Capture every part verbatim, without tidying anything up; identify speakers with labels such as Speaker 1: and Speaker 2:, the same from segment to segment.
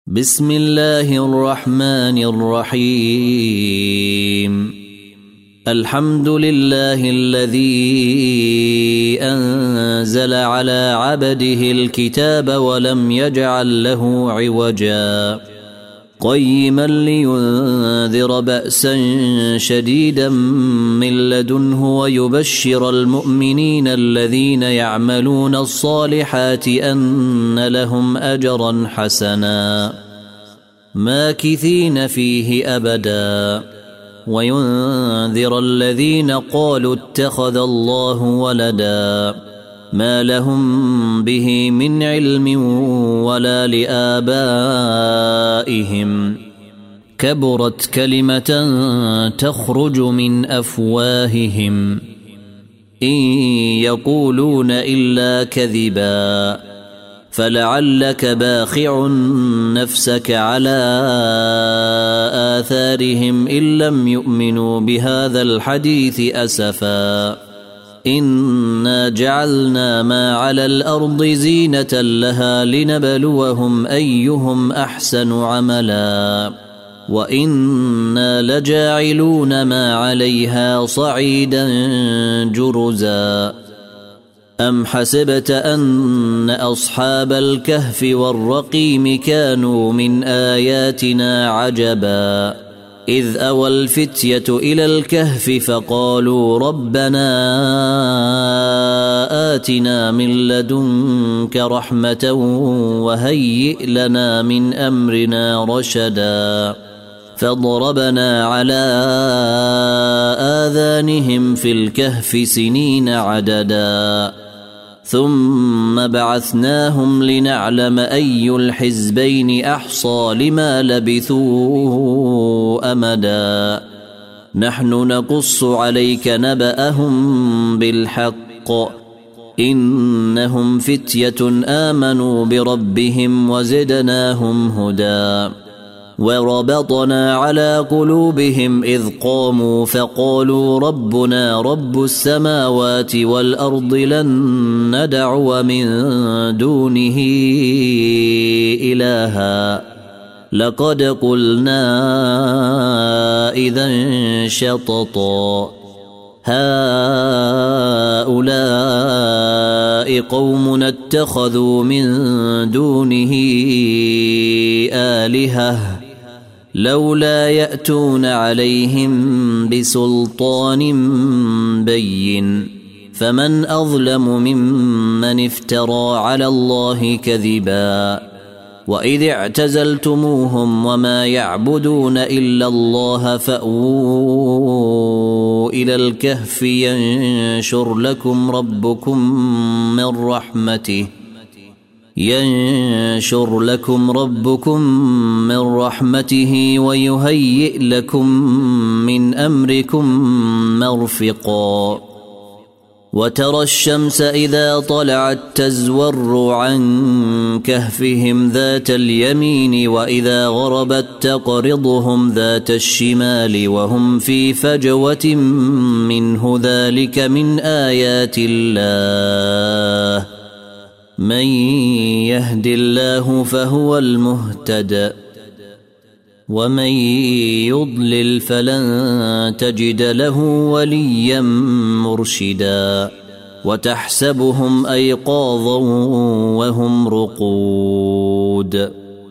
Speaker 1: بسم الله الرحمن الرحيم. الحمد لله الذي أنزل على عبده الكتاب ولم يجعل له عوجا قيما لينذر بأسا شديدا من لدنه ويبشر المؤمنين الذين يعملون الصالحات أن لهم أجرا حسنا ماكثين فيه أبدا وينذر الذين قالوا اتخذ الله ولدا ما لهم به من علم ولا لآبائهم كبرت كلمة تخرج من أفواههم إن يقولون إلا كذبا فلعلك باخع نفسك على آثارهم إن لم يؤمنوا بهذا الحديث أسفا إنا جعلنا ما على الأرض زينة لها لنبلوهم أيهم أحسن عملا وإنا لجاعلون ما عليها صعيدا جرزا أم حسبت أن أصحاب الكهف والرقيم كانوا من آياتنا عجبا إذ أوى الفتية إلى الكهف فقالوا ربنا آتنا من لدنك رحمة وهيئ لنا من أمرنا رشدا فضربنا على آذانهم في الكهف سنين عددا ثم بعثناهم لنعلم أي الحزبين أحصى لما لبثوا أمدا نحن نقص عليك نبأهم بالحق إنهم فتية آمنوا بربهم وزدناهم هدى وربطنا على قلوبهم إذ قاموا فقالوا ربنا رب السماوات والأرض لن ندعو من دونه إلها لقد قلنا إذا شططا هؤلاء قومنا اتخذوا من دونه آلهة لولا يأتون عليهم بسلطان بين فمن أظلم ممن افترى على الله كذبا وإذ اعتزلتموهم وما يعبدون إلا الله فأووا إلى الكهف ينشر لكم ربكم من رحمته ينشر لكم ربكم من رحمته ويهيئ لكم من أمركم مرفقا وترى الشمس إذا طلعت تزور عن كهفهم ذات اليمين وإذا غربت تقرضهم ذات الشمال وهم في فجوة منه ذلك من آيات الله من يهد الله فهو المهتد ومن يضلل فلن تجد له وليا مرشدا وتحسبهم أيقاظا وهم رقود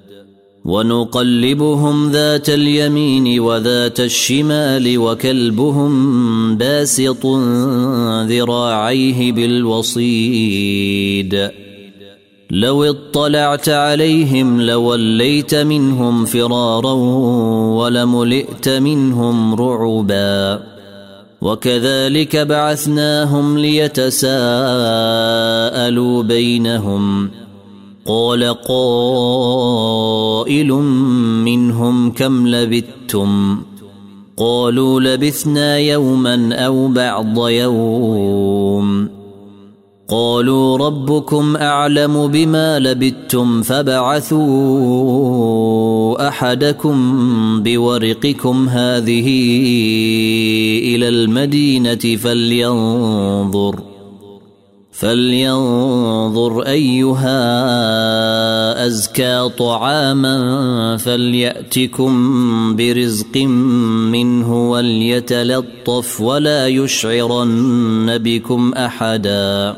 Speaker 1: ونقلبهم ذات اليمين وذات الشمال وكلبهم باسط ذراعيه بالوصيد لو اطلعت عليهم لوليت منهم فرارا ولملئت منهم رعبا وكذلك بعثناهم ليتساءلوا بينهم قال قائل منهم كم لبثتم قالوا لبثنا يوما أو بعض يوم قالوا ربكم أعلم بما لبثتم فبعثوا أحدكم بورقكم هذه إلى المدينة فلينظر فلينظر أيها أزكى طعاما فليأتكم برزق منه وليتلطف ولا يشعرن بكم أحدا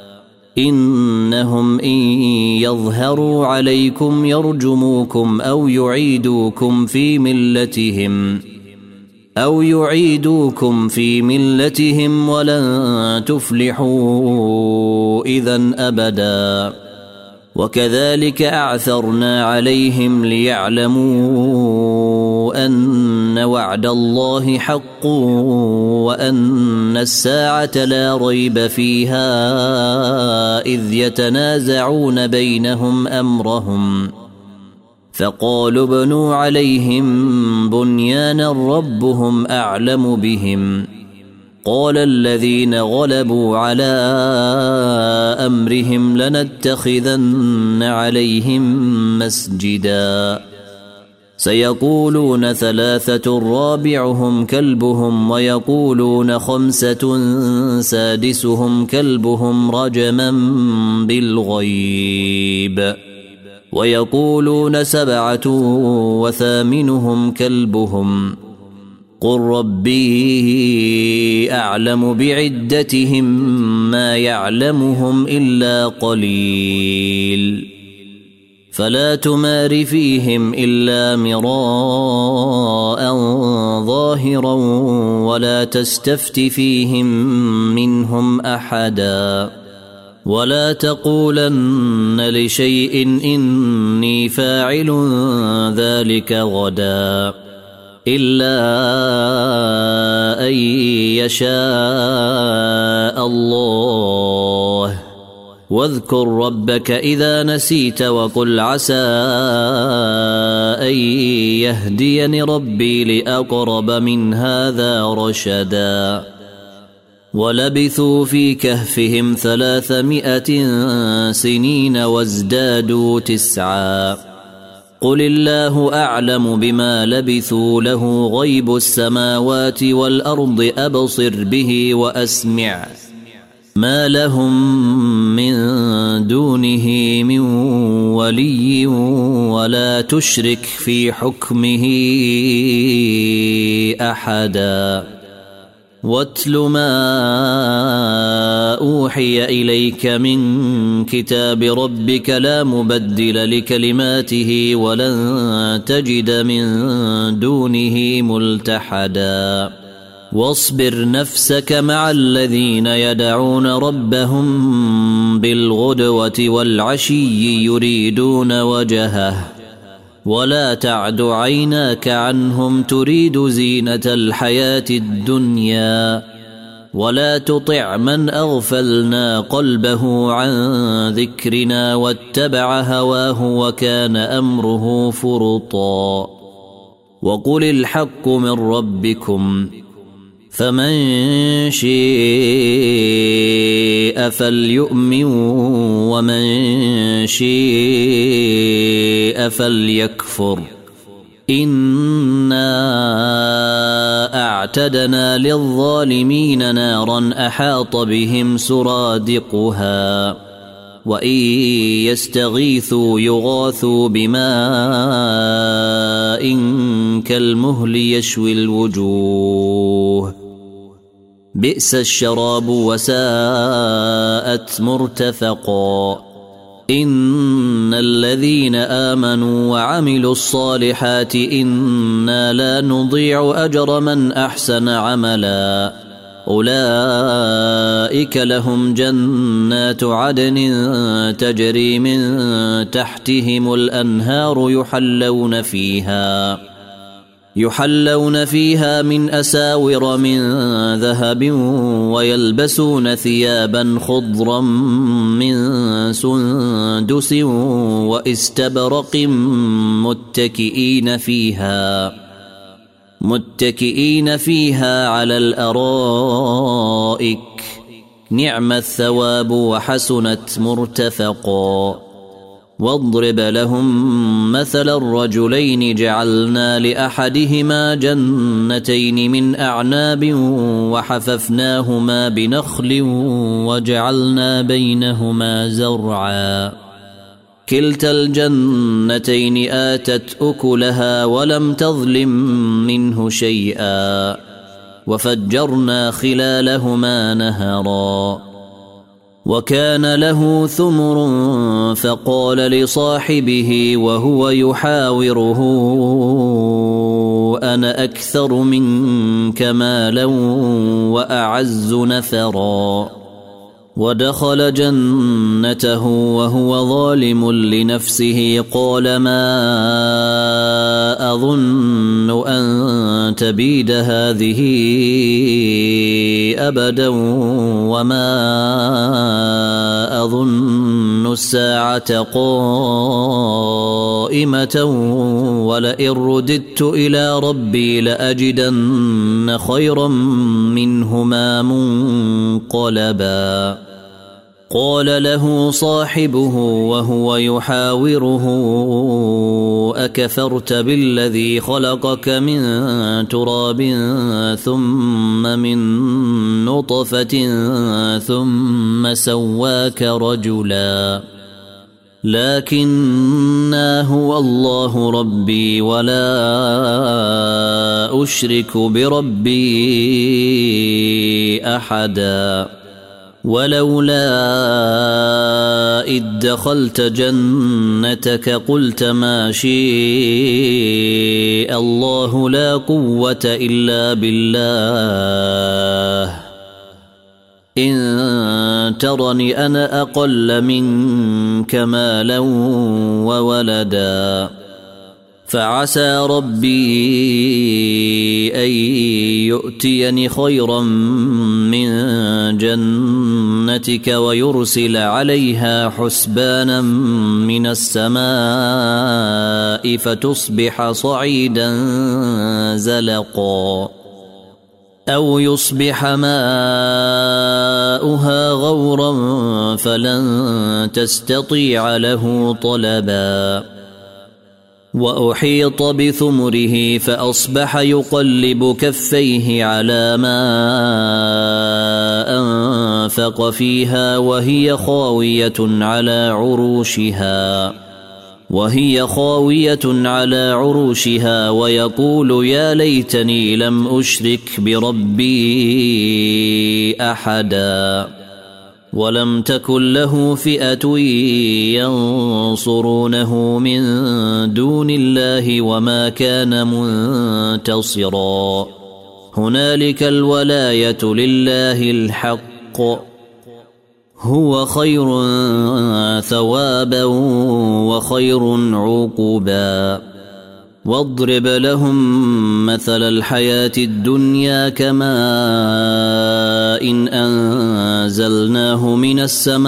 Speaker 1: إنهم إن يظهروا عليكم يرجموكم أو يعيدوكم في ملتهم أو يعيدوكم في ملتهم ولن تفلحوا إذن أبدا وكذلك أعثرنا عليهم ليعلموا أن وعد الله حق وأن الساعة لا ريب فيها إذ يتنازعون بينهم أمرهم فقالوا ابنوا عليهم بنيانا ربهم أعلم بهم قال الذين غلبوا على أمرهم لنتخذن عليهم مسجدا سيقولون ثلاثة رابعهم كلبهم ويقولون خمسة سادسهم كلبهم رجما بالغيب ويقولون سبعة وثامنهم كلبهم قل ربي أعلم بعدتهم ما يعلمهم إلا قليل فلا تمار فيهم إلا مراء ظاهرا ولا تستفت فيهم منهم أحدا ولا تقولن لشيء إني فاعل ذلك غدا إلا أن يشاء الله واذكر ربك إذا نسيت وقل عسى أن يهديني ربي لأقرب من هذا رشدا ولبثوا في كهفهم ثلاثمائة سنين وازدادوا تسعا قل الله أعلم بما لبثوا له غيب السماوات والأرض أبصر به وأسمع ما لهم من دونه من ولي ولا تشرك في حكمه أحدا واتل ما أوحي إليك من كتاب ربك لا مبدل لكلماته ولن تجد من دونه ملتحدا واصبر نفسك مع الذين يدعون ربهم بالغدوة والعشي يريدون وجهه ولا تعد عيناك عنهم تريد زينة الحياة الدنيا ولا تطع من أغفلنا قلبه عن ذكرنا واتبع هواه وكان أمره فرطا وقل الحق من ربكم فمن شاء فليؤمن ومن شاء فليكفر إنا أعتدنا للظالمين نارا أحاط بهم سرادقها وإن يستغيثوا يغاثوا بماء كالمهل يشوي الوجوه بئس الشراب وساءت مرتفقا إن الذين آمنوا وعملوا الصالحات إنا لا نضيع أجر من أحسن عملا أولئك لهم جنات عدن تجري من تحتهم الأنهار يحلون فيها يحلون فيها من أساور من ذهب ويلبسون ثيابا خضرا من سندس واستبرق متكئين فيها متكئين فيها على الأرائك نعم الثواب وحسنت مرتفقا واضرب لهم مثل الرجلين جعلنا لأحدهما جنتين من أعناب وحففناهما بنخل وجعلنا بينهما زرعا كلتا الجنتين آتت أكلها ولم تظلم منه شيئا وفجرنا خلالهما نهرا وكان له ثمر فقال لصاحبه وهو يحاوره أنا أكثر منك مالا وأعز نفرا ودخل جنته وهو ظالم لنفسه قال ما أظن أن تبيد هذه أبدا وما أظن الساعة قائمة ولئن رددت إلى ربي لأجدن خيرا منهما منقلبا قال له صاحبه وهو يحاوره أكفرت بالذي خلقك من تراب ثم من نطفة ثم سواك رجلا لكنا هو الله ربي ولا أشرك بربي أحدا ولولا إذ دخلت جنتك قلت ما شاء الله لا قوة إلا بالله إن ترني أنا أقل منك مالا وولدا فعسى ربي أن يؤتيني خيرا من جنتك ويرسل عليها حسبانا من السماء فتصبح صعيدا زلقا أو يصبح ماؤها غورا فلن تستطيع له طلبا وأحيط بثمره فأصبح يقلب كفيه على ما أنفق فيها وهي خاوية على عروشها وهي خاوية على عروشها ويقول يا ليتني لم أشرك بربي أحدا ولم تكن له فئة ينصرونه من دون الله وما كان منتصرا هنالك الولاية لله الحق هو خير ثوابا وخير عقبا واضرب لهم مثل الحياة الدنيا كماء إن أنزلناه من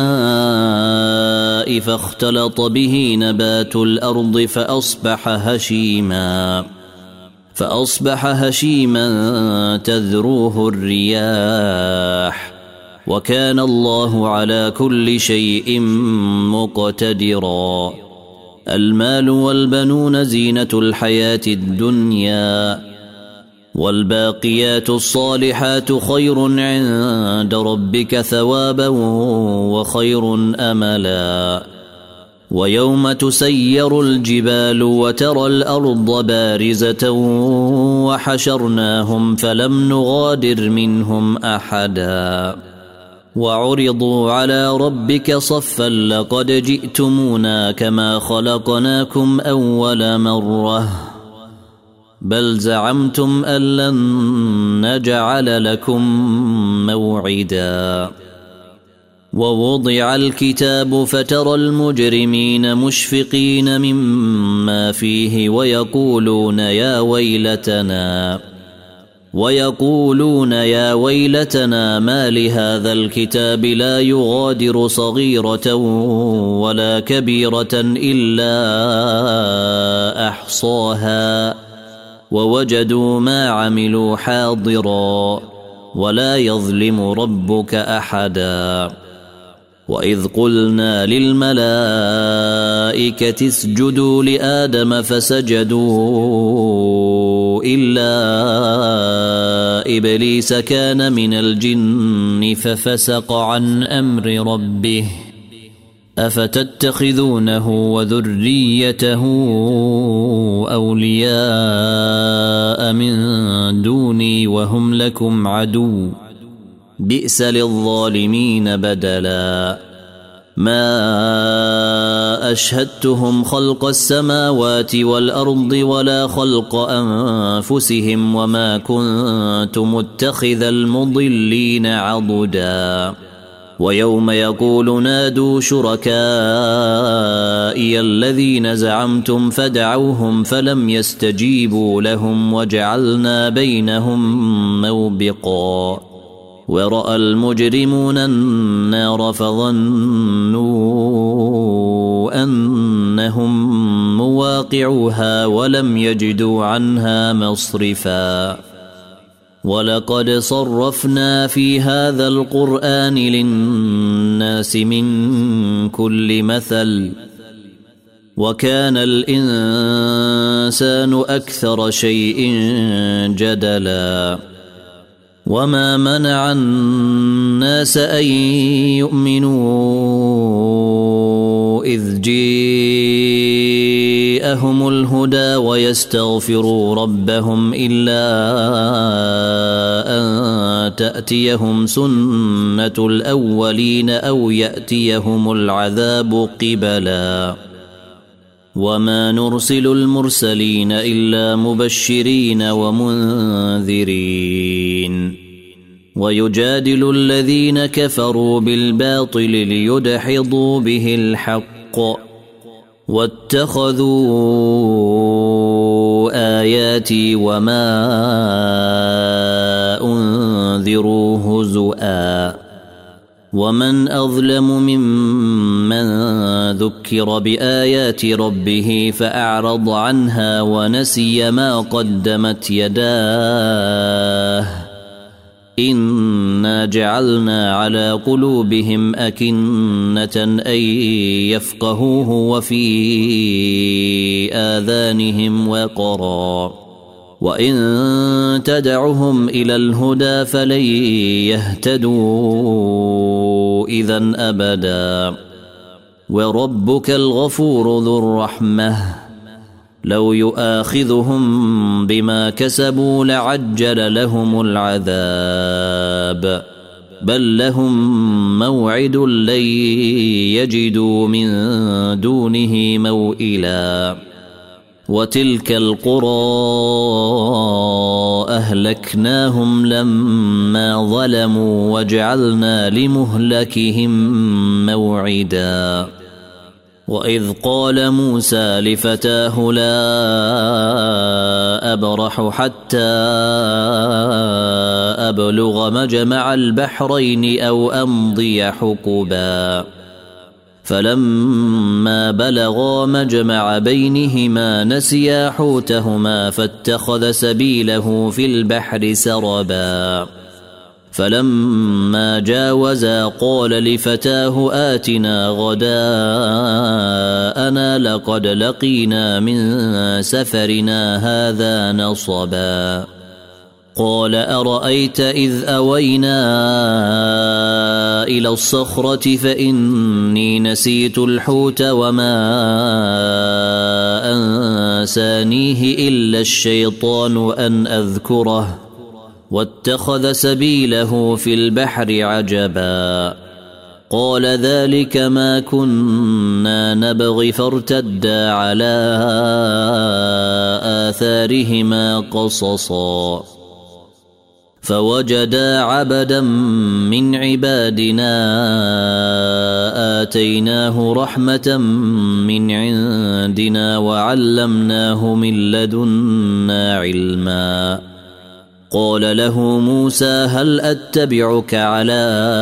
Speaker 1: السماء فاختلط به نبات الأرض فأصبح هشيما فأصبح هشيما تذروه الرياح وكان الله على كل شيء مقتدرا المال والبنون زينة الحياة الدنيا والباقيات الصالحات خير عند ربك ثوابا وخير أملا ويوم تسير الجبال وترى الأرض بارزة وحشرناهم فلم نغادر منهم أحدا وعرضوا على ربك صفا لقد جئتمونا كما خلقناكم أول مرة بل زعمتم أن لن نجعل لكم موعدا ووضع الكتاب فترى المجرمين مشفقين مما فيه ويقولون يا ويلتنا ويقولون يا ويلتنا ما لهذا الكتاب لا يغادر صغيرة ولا كبيرة إلا أحصاها ووجدوا ما عملوا حاضرا ولا يظلم ربك أحدا وإذ قلنا للملائكة اسجدوا لآدم فسجدوا إلا إبليس كان من الجن ففسق عن أمر ربه أفتتخذونه وذريته أولياء من دوني وهم لكم عدو بئس للظالمين بدلا ما أشهدتهم خلق السماوات والأرض ولا خلق أنفسهم وما كنت متخذ المضلين عضدا ويوم يقول نادوا شركائي الذين زعمتم فدعوهم فلم يستجيبوا لهم وجعلنا بينهم موبقا ورأى المجرمون النار فظنوا أنهم مواقعوها ولم يجدوا عنها مصرفا ولقد صرفنا في هذا القرآن للناس من كل مثل وكان الإنسان أكثر شيء جدلا وما منع الناس أن يؤمنوا إذ جاءهم الهدى ويستغفروا ربهم إلا أن تأتيهم سنة الأولين أو يأتيهم العذاب قبلا وما نرسل المرسلين إلا مبشرين ومنذرين ويجادل الذين كفروا بالباطل ليدحضوا به الحق واتخذوا آياتي وما أنذروا هزؤا ومن أظلم ممن ذكر بآيات ربه فأعرض عنها ونسي ما قدمت يداه إنا جعلنا على قلوبهم أكنة أن يفقهوه وفي آذانهم وقرا وإن تدعهم إلى الهدى فلن يهتدوا إذن أبدا وربك الغفور ذو الرحمة لو يؤاخذهم بما كسبوا لعجل لهم العذاب بل لهم موعد لن يجدوا من دونه موئلا وتلك القرى أهلكناهم لما ظلموا وجعلنا لمهلكهم موعدا وإذ قال موسى لفتاه لا أبرح حتى أبلغ مجمع البحرين أو أمضي حقبا فلما بلغا مجمع بينهما نسيا حوتهما فاتخذ سبيله في البحر سربا فلما جاوزا قال لفتاه آتنا غداءنا لقد لقينا من سفرنا هذا نصبا قال أرأيت إذ أوينا إلى الصخرة فإني نسيت الحوت وما أنسانيه إلا الشيطان أن أذكره واتخذ سبيله في البحر عجبا قال ذلك ما كنا نبغي فارتدا على آثارهما قصصا فوجدا عبدا من عبادنا آتيناه رحمة من عندنا وعلمناه من لدنا علما قال له موسى هل أتبعك على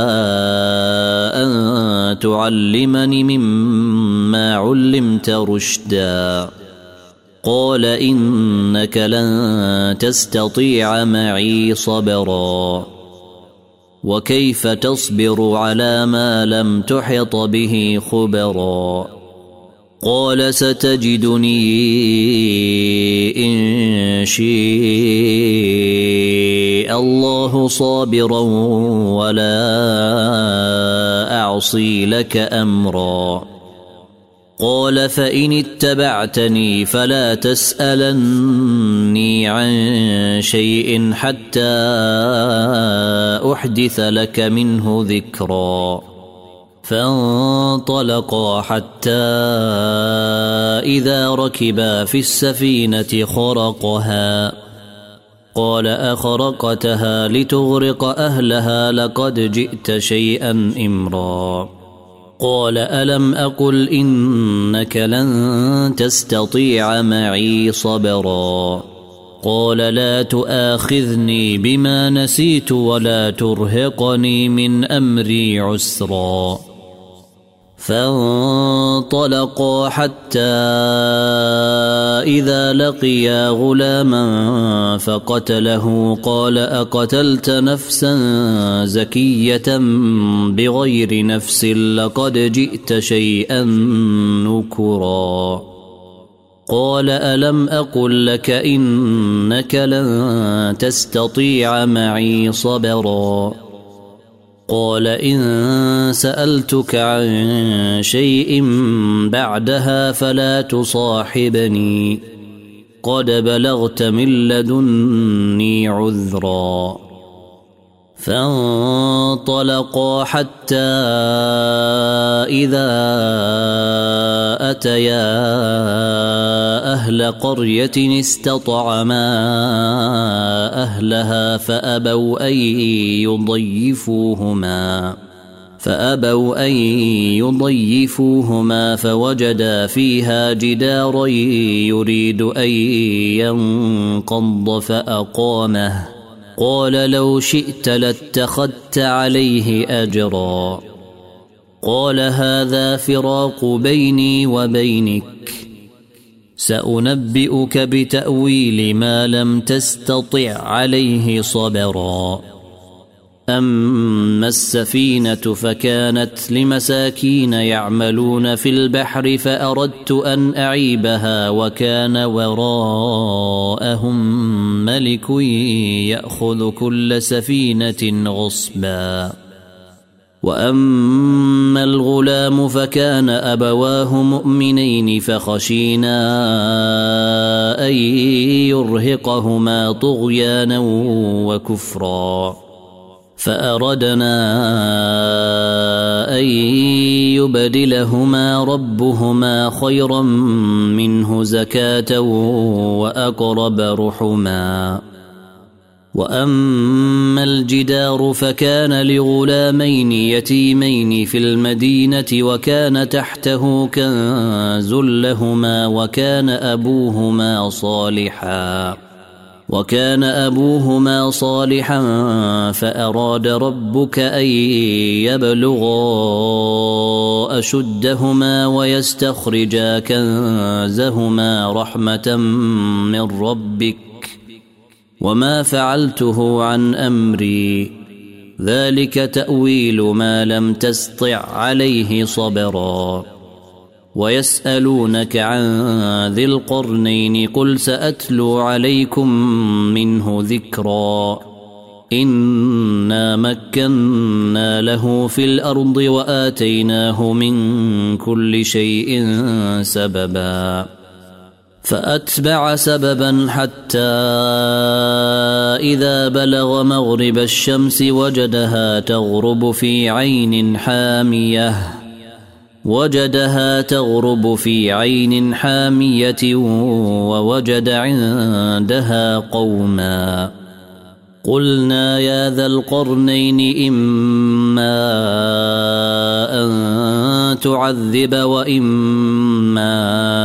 Speaker 1: أن تعلمني مما علمت رشدا قال إنك لن تستطيع معي صبرا وكيف تصبر على ما لم تحط به خبرا قال ستجدني إن شاء الله صابرا ولا أعصي لك أمرا. قال فإن اتبعتني فلا تسألني عن شيء حتى أحدث لك منه ذكرا. فانطلقا حتى إذا ركبا في السفينة خرقها قال أخرقتها لتغرق أهلها لقد جئت شيئا إمرا. قال ألم أقل إنك لن تستطيع معي صبرا. قال لا تؤاخذني بما نسيت ولا ترهقني من أمري عسرا. فانطلقا حتى إذا لقيا غلاما فقتله قال أقتلت نفسا زكية بغير نفس لقد جئت شيئا نكرا. قال ألم أقل لك إنك لن تستطيع معي صبرا. قال إن سألتك عن شيء بعدها فلا تصاحبني قد بلغت من لدني عذرا. فانطلقا حتى إذا أتيا أهل قرية استطعما أهلها فأبوا أن يضيفوهما فأبوا أن يضيفوهما فوجدا فيها جدارا يريد أن ينقض فأقامه. قال لو شئت لاتخذت عليه أجرا. قال هذا فراق بيني وبينك سأنبئك بتأويل ما لم تستطع عليه صبرا. أما السفينة فكانت لمساكين يعملون في البحر فأردت أن أعيبها وكان وراءهم ملك يأخذ كل سفينة غصبا. وأما الغلام فكان أبواه مؤمنين فخشينا أن يرهقهما طغيانا وكفرا فأردنا أن يبدلهما ربهما خيرا منه زكاة وأقرب رحما. وأما الجدار فكان لغلامين يتيمين في المدينة وكان تحته كنز لهما وكان أبوهما صالحا وكان أبوهما صالحا فأراد ربك أن يبلغا أشدهما ويستخرجا كنزهما رحمة من ربك وما فعلته عن أمري ذلك تأويل ما لم تسطع عليه صبرا. ويسألونك عن ذي القرنين قل سأتلو عليكم منه ذكرا. إنا مكنا له في الأرض وآتيناه من كل شيء سببا. فأتبع سببا حتى إذا بلغ مغرب الشمس وجدها تغرب في عين حامية وجدها تغرب في عين حامية ووجد عندها قوما. قلنا يا ذا القرنين إما أن تعذب وإما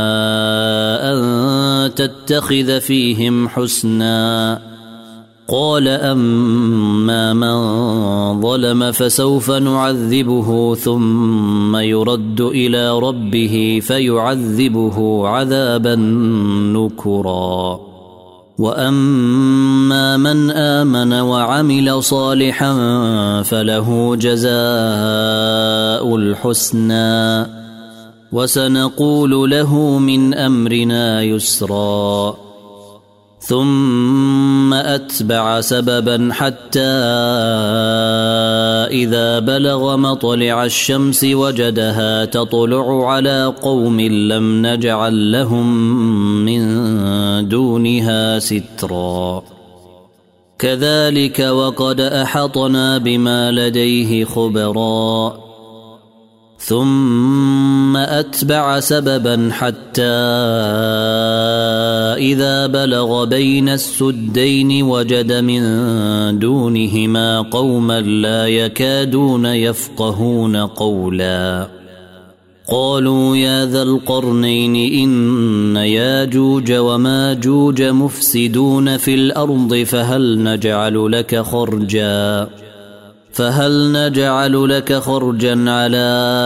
Speaker 1: أن تتخذ فيهم حسنا. قال أما من ظلم فسوف نعذبه ثم يرد إلى ربه فيعذبه عذابا نكرا. وأما من آمن وعمل صالحا فله جزاء الحسنى وسنقول له من أمرنا يسرا ثم أتبع سببا حتى إذا بلغ مطلع الشمس وجدها تطلع على قوم لم نجعل لهم من دونها سترا كذلك وقد أحطنا بما لديه خبرا ثم أتبع سببا حتى إذا بلغ بين السدين وجد من دونهما قوما لا يكادون يفقهون قولا قالوا يا ذا القرنين إن ياجوج وماجوج مفسدون في الأرض فهل نجعل لك خرجا فهل نجعل لك خرجا على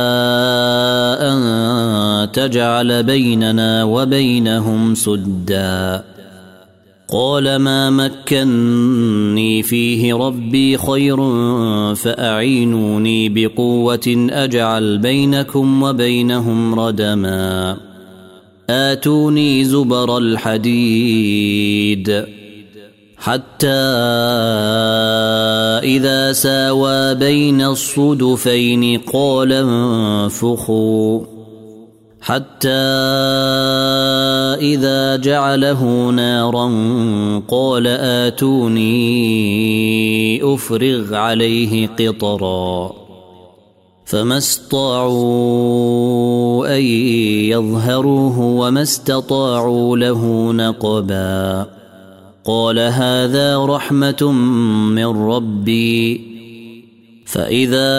Speaker 1: أن تجعل بيننا وبينهم سدا قال ما مكني فيه ربي خير فأعينوني بقوة أجعل بينكم وبينهم ردما آتوني زبر الحديد حتى إذا ساوى بين الصدفين قال انفخوا حتى إذا جعله نارا قال آتوني أفرغ عليه قطرا فما استطاعوا أن يظهروه وما استطاعوا له نقبا قال هذا رحمة من ربي فإذا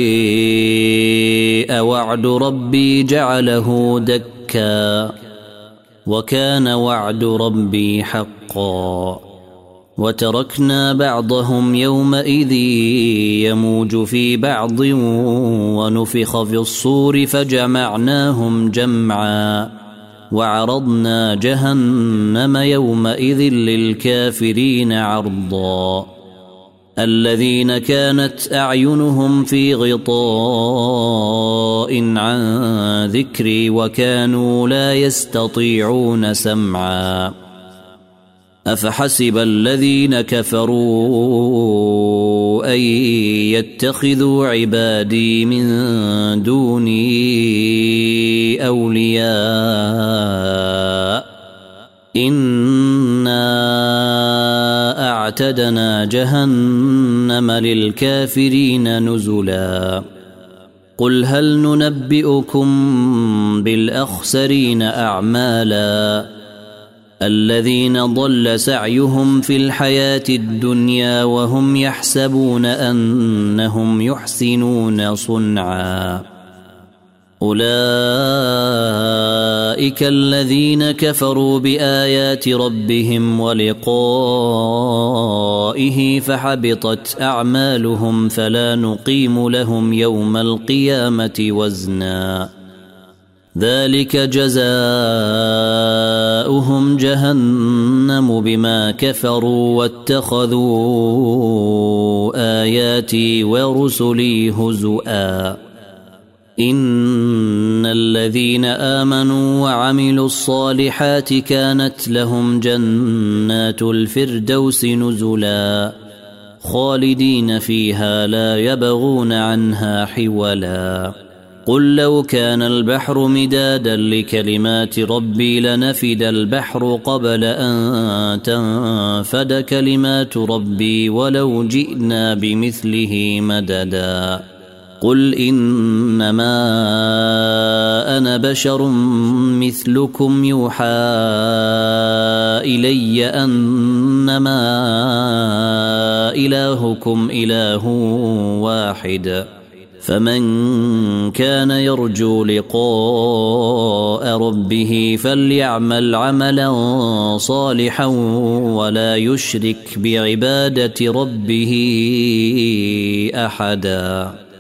Speaker 1: جاء وعد ربي جعله دكا وكان وعد ربي حقا وتركنا بعضهم يومئذ يموج في بعض ونفخ في الصور فجمعناهم جمعا وعرضنا جهنم يومئذ للكافرين عرضا الذين كانت أعينهم في غطاء عن ذكري وكانوا لا يستطيعون سمعا أفحسب الذين كفروا أن يتخذوا عبادي من دوني أولياء إنا أعتدنا جهنم للكافرين نزلا قل هل ننبئكم بالأخسرين أعمالا الذين ضل سعيهم في الحياة الدنيا وهم يحسبون أنهم يحسنون صنعا أولئك الذين كفروا بآيات ربهم ولقائه فحبطت أعمالهم فلا نقيم لهم يوم القيامة وزنا ذلك جزاؤهم جهنم بما كفروا واتخذوا آياتي ورسلي هزؤا إن الذين آمنوا وعملوا الصالحات كانت لهم جنات الفردوس نزلا خالدين فيها لا يبغون عنها حولا قل لو كان البحر مدادا لكلمات ربي لنفد البحر قبل أن تنفد كلمات ربي ولو جئنا بمثله مددا قل إنما أنا بشر مثلكم يوحى إلي أنما إلهكم إله واحد فمن كان يرجو لقاء ربه فليعمل عملا صالحا ولا يشرك بعبادة ربه أحدا.